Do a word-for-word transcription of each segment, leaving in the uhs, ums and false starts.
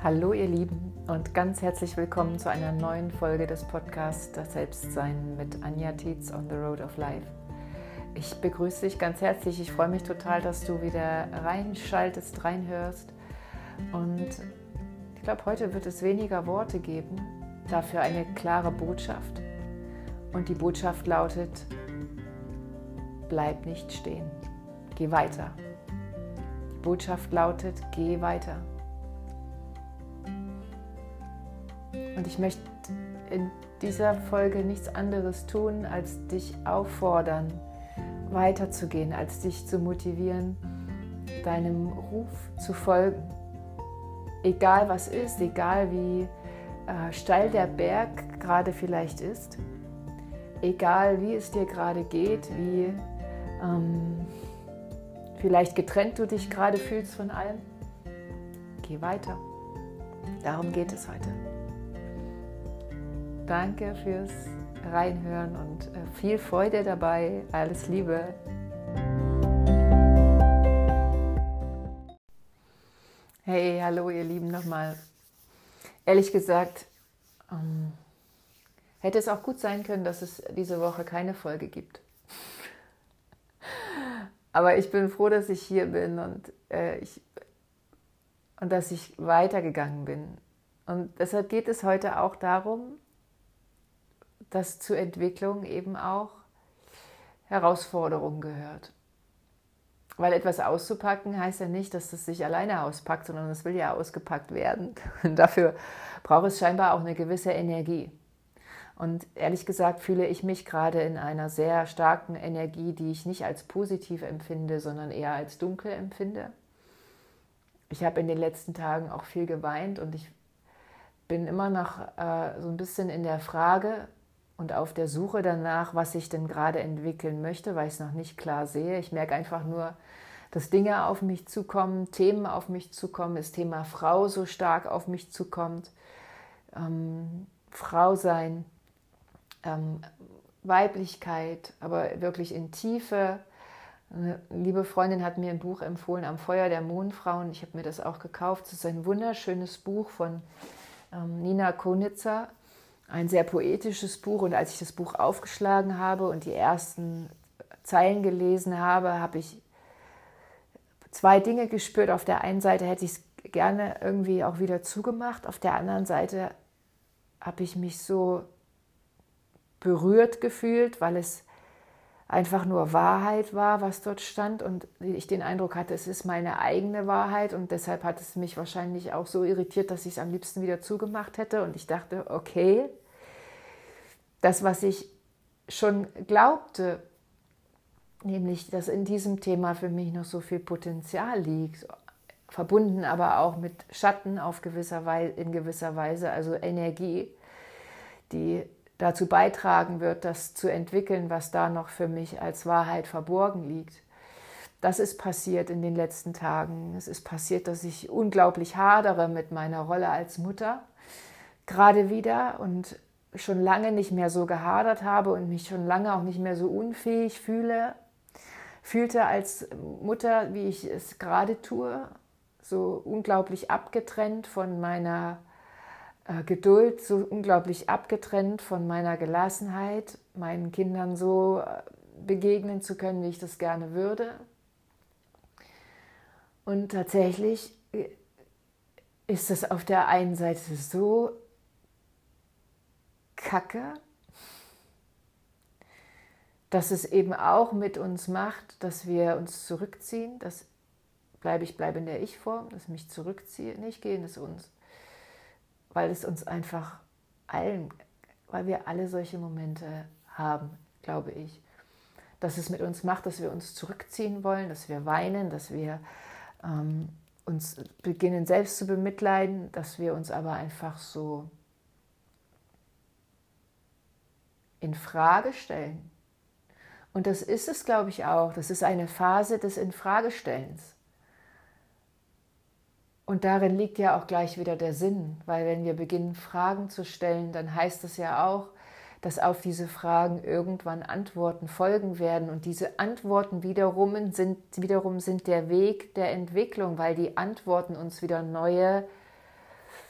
Hallo ihr Lieben und ganz herzlich willkommen zu einer neuen Folge des Podcasts Das Selbstsein mit Anja Tietz on the Road of Life. Ich begrüße dich ganz herzlich, ich freue mich total, dass du wieder reinschaltest, reinhörst und ich glaube, heute wird es weniger Worte geben, dafür eine klare Botschaft und die Botschaft lautet: Bleib nicht stehen, geh weiter. Die Botschaft lautet: Geh weiter. Und ich möchte in dieser Folge nichts anderes tun, als dich auffordern, weiterzugehen, als dich zu motivieren, deinem Ruf zu folgen. Egal was ist, egal wie äh, steil der Berg gerade vielleicht ist, egal wie es dir gerade geht, wie ähm, vielleicht getrennt du dich gerade fühlst von allem, geh weiter. Darum geht es heute. Danke fürs Reinhören und viel Freude dabei. Alles Liebe. Hey, hallo ihr Lieben nochmal. Ehrlich gesagt, ähm, hätte es auch gut sein können, dass es diese Woche keine Folge gibt. Aber ich bin froh, dass ich hier bin und, äh, ich, und dass ich weitergegangen bin. Und deshalb geht es heute auch darum, dass zur Entwicklung eben auch Herausforderung gehört. Weil etwas auszupacken heißt ja nicht, dass es sich alleine auspackt, sondern es will ja ausgepackt werden. Und dafür braucht es scheinbar auch eine gewisse Energie. Und ehrlich gesagt fühle ich mich gerade in einer sehr starken Energie, die ich nicht als positiv empfinde, sondern eher als dunkel empfinde. Ich habe in den letzten Tagen auch viel geweint und ich bin immer noch äh, so ein bisschen in der Frage und auf der Suche danach, was ich denn gerade entwickeln möchte, weil ich es noch nicht klar sehe. Ich merke einfach nur, dass Dinge auf mich zukommen, Themen auf mich zukommen, das Thema Frau so stark auf mich zukommt, ähm, Frau sein, ähm, Weiblichkeit, aber wirklich in Tiefe. Eine liebe Freundin hat mir ein Buch empfohlen, Am Feuer der Mondfrauen. Ich habe mir das auch gekauft. Es ist ein wunderschönes Buch von ähm, Nina Konitzer. Ein sehr poetisches Buch, und als ich das Buch aufgeschlagen habe und die ersten Zeilen gelesen habe, habe ich zwei Dinge gespürt. Auf der einen Seite hätte ich es gerne irgendwie auch wieder zugemacht, auf der anderen Seite habe ich mich so berührt gefühlt, weil es einfach nur Wahrheit war, was dort stand, und ich den Eindruck hatte, es ist meine eigene Wahrheit, und deshalb hat es mich wahrscheinlich auch so irritiert, dass ich es am liebsten wieder zugemacht hätte. Und ich dachte, okay, das, was ich schon glaubte, nämlich, dass in diesem Thema für mich noch so viel Potenzial liegt, verbunden aber auch mit Schatten auf gewisser Weise, in gewisser Weise, also Energie, die dazu beitragen wird, das zu entwickeln, was da noch für mich als Wahrheit verborgen liegt. Das ist passiert in den letzten Tagen. Es ist passiert, dass ich unglaublich hadere mit meiner Rolle als Mutter, gerade wieder, und schon lange nicht mehr so gehadert habe und mich schon lange auch nicht mehr so unfähig fühle, fühlte als Mutter, wie ich es gerade tue, so unglaublich abgetrennt von meiner Geduld, so unglaublich abgetrennt von meiner Gelassenheit, meinen Kindern so begegnen zu können, wie ich das gerne würde. Und tatsächlich ist es auf der einen Seite so kacke, dass es eben auch mit uns macht, dass wir uns zurückziehen, dass bleibe ich bleibe in der Ich-Form, dass ich mich zurückziehe, nicht gehen es uns. Weil es uns einfach allen, weil wir alle solche Momente haben, glaube ich. Dass es mit uns macht, dass wir uns zurückziehen wollen, dass wir weinen, dass wir ähm, uns beginnen selbst zu bemitleiden, dass wir uns aber einfach so in Frage stellen. Und das ist es, glaube ich, auch. Das ist eine Phase des Infragestellens. Und darin liegt ja auch gleich wieder der Sinn, weil wenn wir beginnen, Fragen zu stellen, dann heißt es ja auch, dass auf diese Fragen irgendwann Antworten folgen werden. Und diese Antworten wiederum sind, wiederum sind der Weg der Entwicklung, weil die Antworten uns wieder neue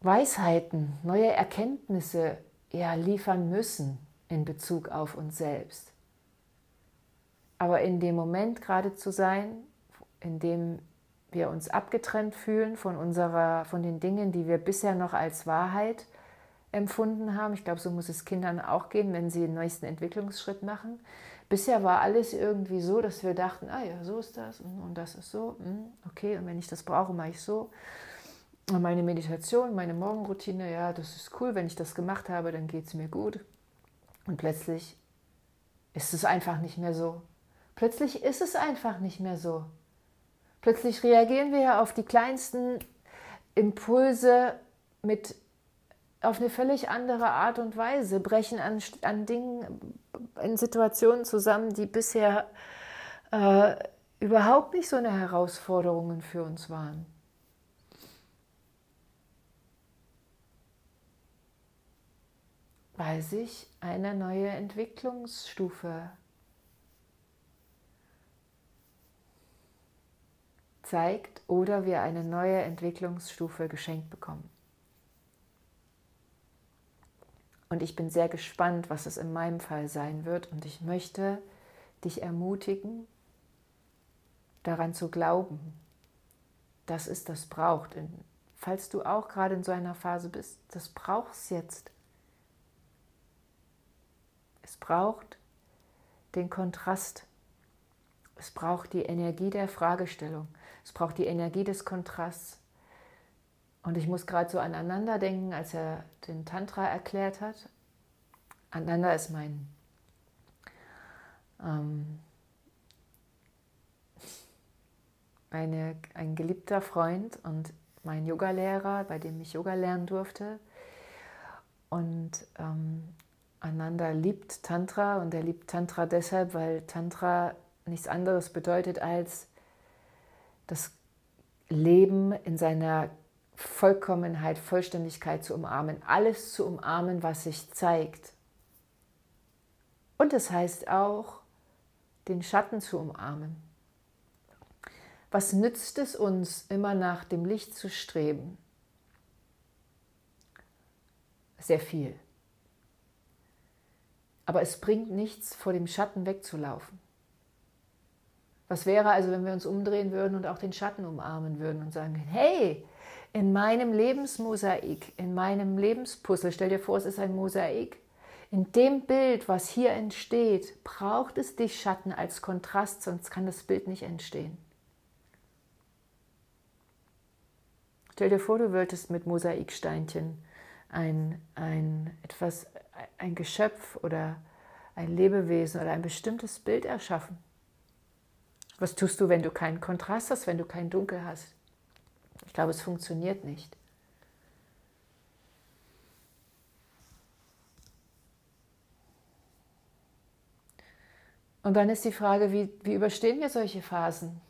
Weisheiten, neue Erkenntnisse ja, liefern müssen in Bezug auf uns selbst. Aber in dem Moment gerade zu sein, in dem wir uns abgetrennt fühlen von, unserer, von den Dingen, die wir bisher noch als Wahrheit empfunden haben. Ich glaube, so muss es Kindern auch gehen, wenn sie den nächsten Entwicklungsschritt machen. Bisher war alles irgendwie so, dass wir dachten, ah ja, so ist das und das ist so, okay, und wenn ich das brauche, mache ich so. Und meine Meditation, meine Morgenroutine, ja, das ist cool, wenn ich das gemacht habe, dann geht es mir gut. Und plötzlich ist es einfach nicht mehr so. Plötzlich ist es einfach nicht mehr so. Plötzlich reagieren wir ja auf die kleinsten Impulse mit auf eine völlig andere Art und Weise, brechen an, an Dingen, in Situationen zusammen, die bisher äh, überhaupt nicht so eine Herausforderung für uns waren. Weil sich eine neue Entwicklungsstufe zeigt oder wir eine neue Entwicklungsstufe geschenkt bekommen. Und ich bin sehr gespannt, was es in meinem Fall sein wird. Und ich möchte dich ermutigen, daran zu glauben, dass es das braucht. Und falls du auch gerade in so einer Phase bist, das braucht es jetzt. Es braucht den Kontrast. Es braucht die Energie der Fragestellung. Es braucht die Energie des Kontrasts. Und ich muss gerade so an Ananda denken, als er den Tantra erklärt hat. Ananda ist mein ähm, eine, ein geliebter Freund und mein Yogalehrer, bei dem ich Yoga lernen durfte. Und ähm, Ananda liebt Tantra und er liebt Tantra deshalb, weil Tantra nichts anderes bedeutet als das Leben in seiner Vollkommenheit, Vollständigkeit zu umarmen, alles zu umarmen, was sich zeigt. Und das heißt auch, den Schatten zu umarmen. Was nützt es uns, immer nach dem Licht zu streben? Sehr viel. Aber es bringt nichts, vor dem Schatten wegzulaufen. Was wäre also, wenn wir uns umdrehen würden und auch den Schatten umarmen würden und sagen, hey, in meinem Lebensmosaik, in meinem Lebenspuzzle, stell dir vor, es ist ein Mosaik, in dem Bild, was hier entsteht, braucht es dich Schatten als Kontrast, sonst kann das Bild nicht entstehen. Stell dir vor, du würdest mit Mosaiksteinchen ein, ein, etwas, ein Geschöpf oder ein Lebewesen oder ein bestimmtes Bild erschaffen. Was tust du, wenn du keinen Kontrast hast, wenn du kein Dunkel hast? Ich glaube, es funktioniert nicht. Und dann ist die Frage, wie, wie überstehen wir solche Phasen?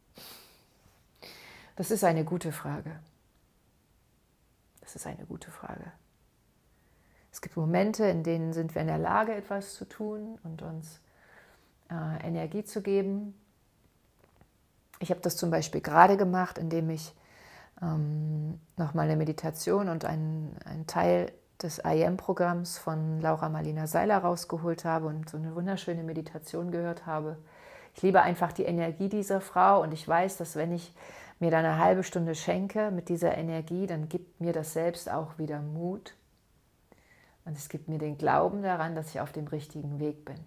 Das ist eine gute Frage. Das ist eine gute Frage. Es gibt Momente, in denen sind wir in der Lage, etwas zu tun und uns äh, Energie zu geben. Ich habe das zum Beispiel gerade gemacht, indem ich ähm, nochmal eine Meditation und einen, einen Teil des I M-Programms von Laura Marlina Seiler rausgeholt habe und so eine wunderschöne Meditation gehört habe. Ich liebe einfach die Energie dieser Frau und ich weiß, dass wenn ich mir da eine halbe Stunde schenke mit dieser Energie, dann gibt mir das selbst auch wieder Mut und es gibt mir den Glauben daran, dass ich auf dem richtigen Weg bin.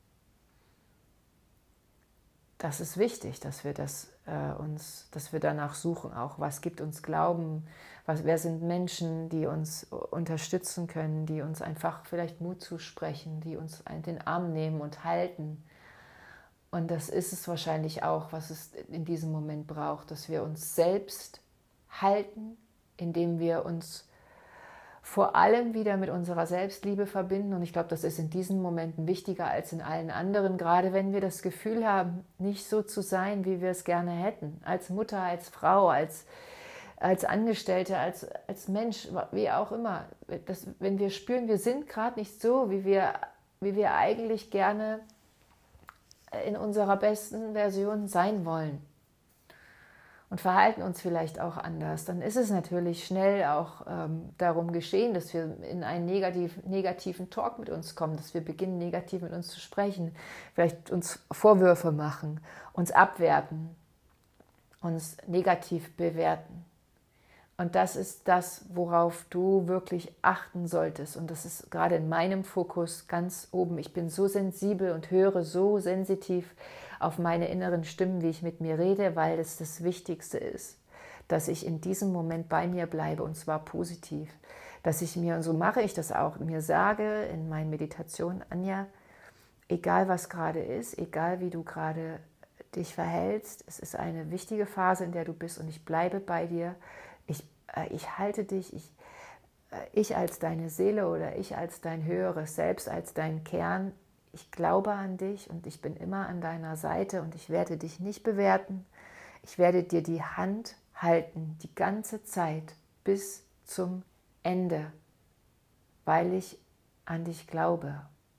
Das ist wichtig, dass wir, das, äh, uns, dass wir danach suchen, auch was gibt uns Glauben, was, wer sind Menschen, die uns unterstützen können, die uns einfach vielleicht Mut zusprechen, die uns in den Arm nehmen und halten. Und das ist es wahrscheinlich auch, was es in diesem Moment braucht, dass wir uns selbst halten, indem wir uns vor allem wieder mit unserer Selbstliebe verbinden. Und ich glaube, das ist in diesen Momenten wichtiger als in allen anderen, gerade wenn wir das Gefühl haben, nicht so zu sein, wie wir es gerne hätten. Als Mutter, als Frau, als, als Angestellte, als, als Mensch, wie auch immer. Das, wenn wir spüren, wir sind gerade nicht so, wie wir, wie wir eigentlich gerne in unserer besten Version sein wollen. und verhalten uns vielleicht auch anders, dann ist es natürlich schnell auch ähm, darum geschehen, dass wir in einen negativ, negativen Talk mit uns kommen, dass wir beginnen, negativ mit uns zu sprechen, vielleicht uns Vorwürfe machen, uns abwerten, uns negativ bewerten. Und das ist das, worauf du wirklich achten solltest. Und das ist gerade in meinem Fokus ganz oben. Ich bin so sensibel und höre so sensitiv auf meine inneren Stimmen, wie ich mit mir rede, weil es das Wichtigste ist, dass ich in diesem Moment bei mir bleibe, und zwar positiv. Dass ich mir, und so mache ich das auch, mir sage in meinen Meditationen, Anja, egal was gerade ist, egal wie du gerade dich verhältst, es ist eine wichtige Phase, in der du bist, und ich bleibe bei dir. Ich, äh, ich halte dich, ich, äh, ich als deine Seele oder ich als dein höheres Selbst, als dein Kern, ich glaube an dich und ich bin immer an deiner Seite und ich werde dich nicht bewerten. Ich werde dir die Hand halten, die ganze Zeit bis zum Ende, weil ich an dich glaube.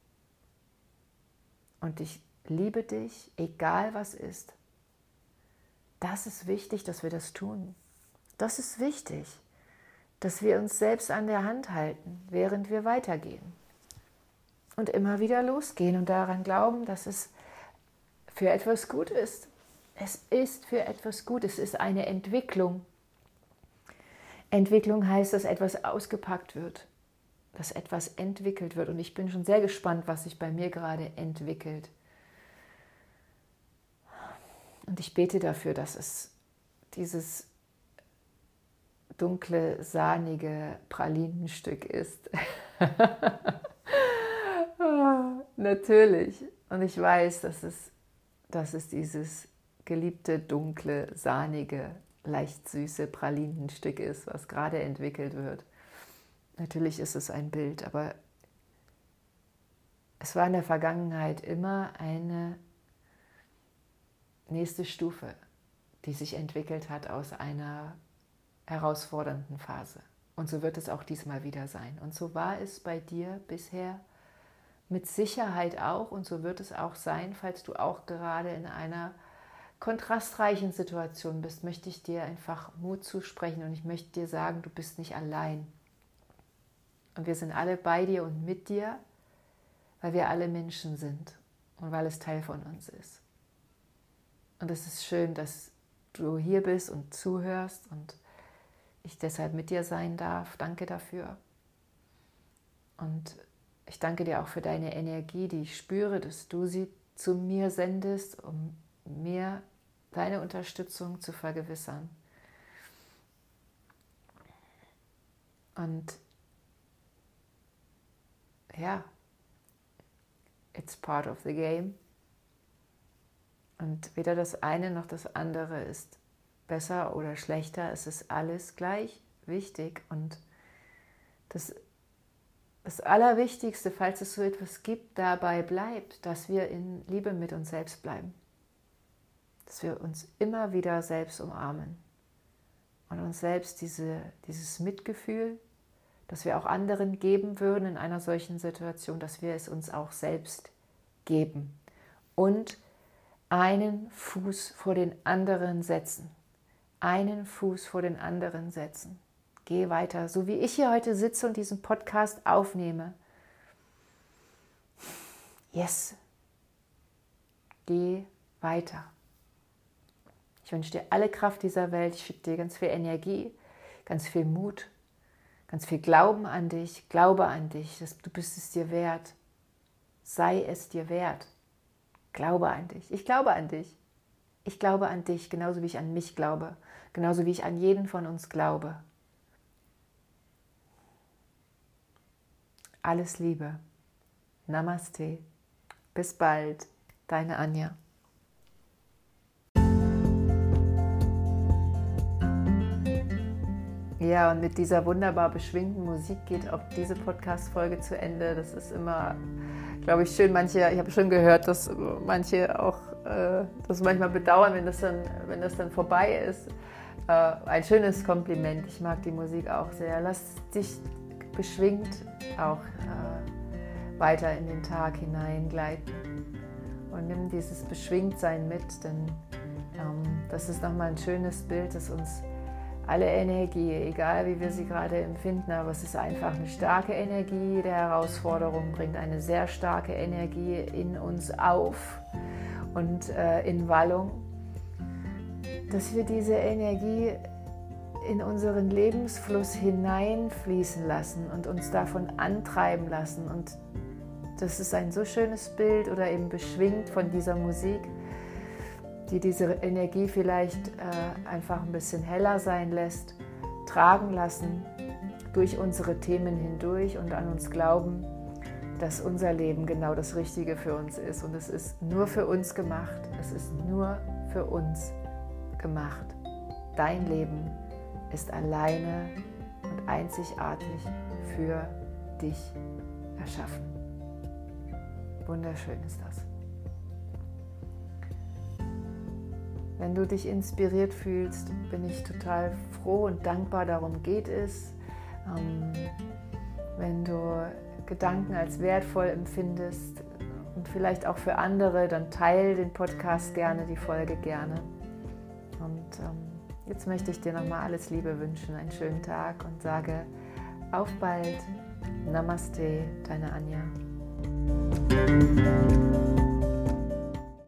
Und ich liebe dich, egal was ist. Das ist wichtig, dass wir das tun. Das ist wichtig, dass wir uns selbst an der Hand halten, während wir weitergehen. Und immer wieder losgehen und daran glauben, dass es für etwas gut ist. Es ist für etwas gut. Es ist eine Entwicklung. Entwicklung heißt, dass etwas ausgepackt wird, dass etwas entwickelt wird. Und ich bin schon sehr gespannt, was sich bei mir gerade entwickelt. Und ich bete dafür, dass es dieses dunkle, sahnige Pralinenstück ist. Natürlich. Und ich weiß, dass es, dass es dieses geliebte, dunkle, sahnige, leicht süße Pralinenstück ist, was gerade entwickelt wird. Natürlich ist es ein Bild, aber es war in der Vergangenheit immer eine nächste Stufe, die sich entwickelt hat aus einer herausfordernden Phase. Und so wird es auch diesmal wieder sein. Und so war es bei dir bisher mit Sicherheit auch, und so wird es auch sein, falls du auch gerade in einer kontrastreichen Situation bist, möchte ich dir einfach Mut zusprechen und ich möchte dir sagen, du bist nicht allein. Und wir sind alle bei dir und mit dir, weil wir alle Menschen sind und weil es Teil von uns ist. Und es ist schön, dass du hier bist und zuhörst und ich deshalb mit dir sein darf. Danke dafür. Und ich danke dir auch für deine Energie, die ich spüre, dass du sie zu mir sendest, um mir deine Unterstützung zu vergewissern. Und ja, it's part of the game. Und weder das eine noch das andere ist besser oder schlechter. Es ist alles gleich wichtig. Und das Das Allerwichtigste, falls es so etwas gibt, dabei bleibt, dass wir in Liebe mit uns selbst bleiben. Dass wir uns immer wieder selbst umarmen und uns selbst diese, dieses Mitgefühl, das wir auch anderen geben würden in einer solchen Situation, dass wir es uns auch selbst geben und einen Fuß vor den anderen setzen. Einen Fuß vor den anderen setzen. Geh weiter, so wie ich hier heute sitze und diesen Podcast aufnehme. Yes. Geh weiter. Ich wünsche dir alle Kraft dieser Welt. Ich schicke dir ganz viel Energie, ganz viel Mut, ganz viel Glauben an dich. Glaube an dich. Du bist es dir wert. Sei es dir wert. Glaube an dich. Ich glaube an dich. Ich glaube an dich, genauso wie ich an mich glaube. Genauso wie ich an jeden von uns glaube. Alles Liebe. Namaste. Bis bald. Deine Anja. Ja, und mit dieser wunderbar beschwingten Musik geht auch diese Podcast-Folge zu Ende. Das ist immer, glaube ich, schön. Manche, ich habe schon gehört, dass manche auch äh, das manchmal bedauern, wenn das dann, wenn das dann vorbei ist. Äh, ein schönes Kompliment. Ich mag die Musik auch sehr. Lass dich beschwingt auch äh, weiter in den Tag hineingleiten und nimm dieses Beschwingtsein mit, denn ähm, das ist nochmal ein schönes Bild, das uns alle Energie, egal wie wir sie gerade empfinden, aber es ist einfach eine starke Energie der Herausforderung, bringt eine sehr starke Energie in uns auf und äh, in Wallung, dass wir diese Energie in unseren Lebensfluss hineinfließen lassen und uns davon antreiben lassen. Und das ist ein so schönes Bild oder eben beschwingt von dieser Musik, die diese Energie vielleicht äh, einfach ein bisschen heller sein lässt, tragen lassen durch unsere Themen hindurch und an uns glauben, dass unser Leben genau das Richtige für uns ist. Und es ist nur für uns gemacht. Es ist nur für uns gemacht. Dein Leben ist alleine und einzigartig für dich erschaffen. Wunderschön ist das. Wenn du dich inspiriert fühlst, bin ich total froh und dankbar, darum geht es. Ähm, wenn du Gedanken als wertvoll empfindest und vielleicht auch für andere, dann teile den Podcast gerne, die Folge gerne. Und ähm, jetzt möchte ich dir nochmal alles Liebe wünschen, einen schönen Tag und sage auf bald. Namaste, deine Anja.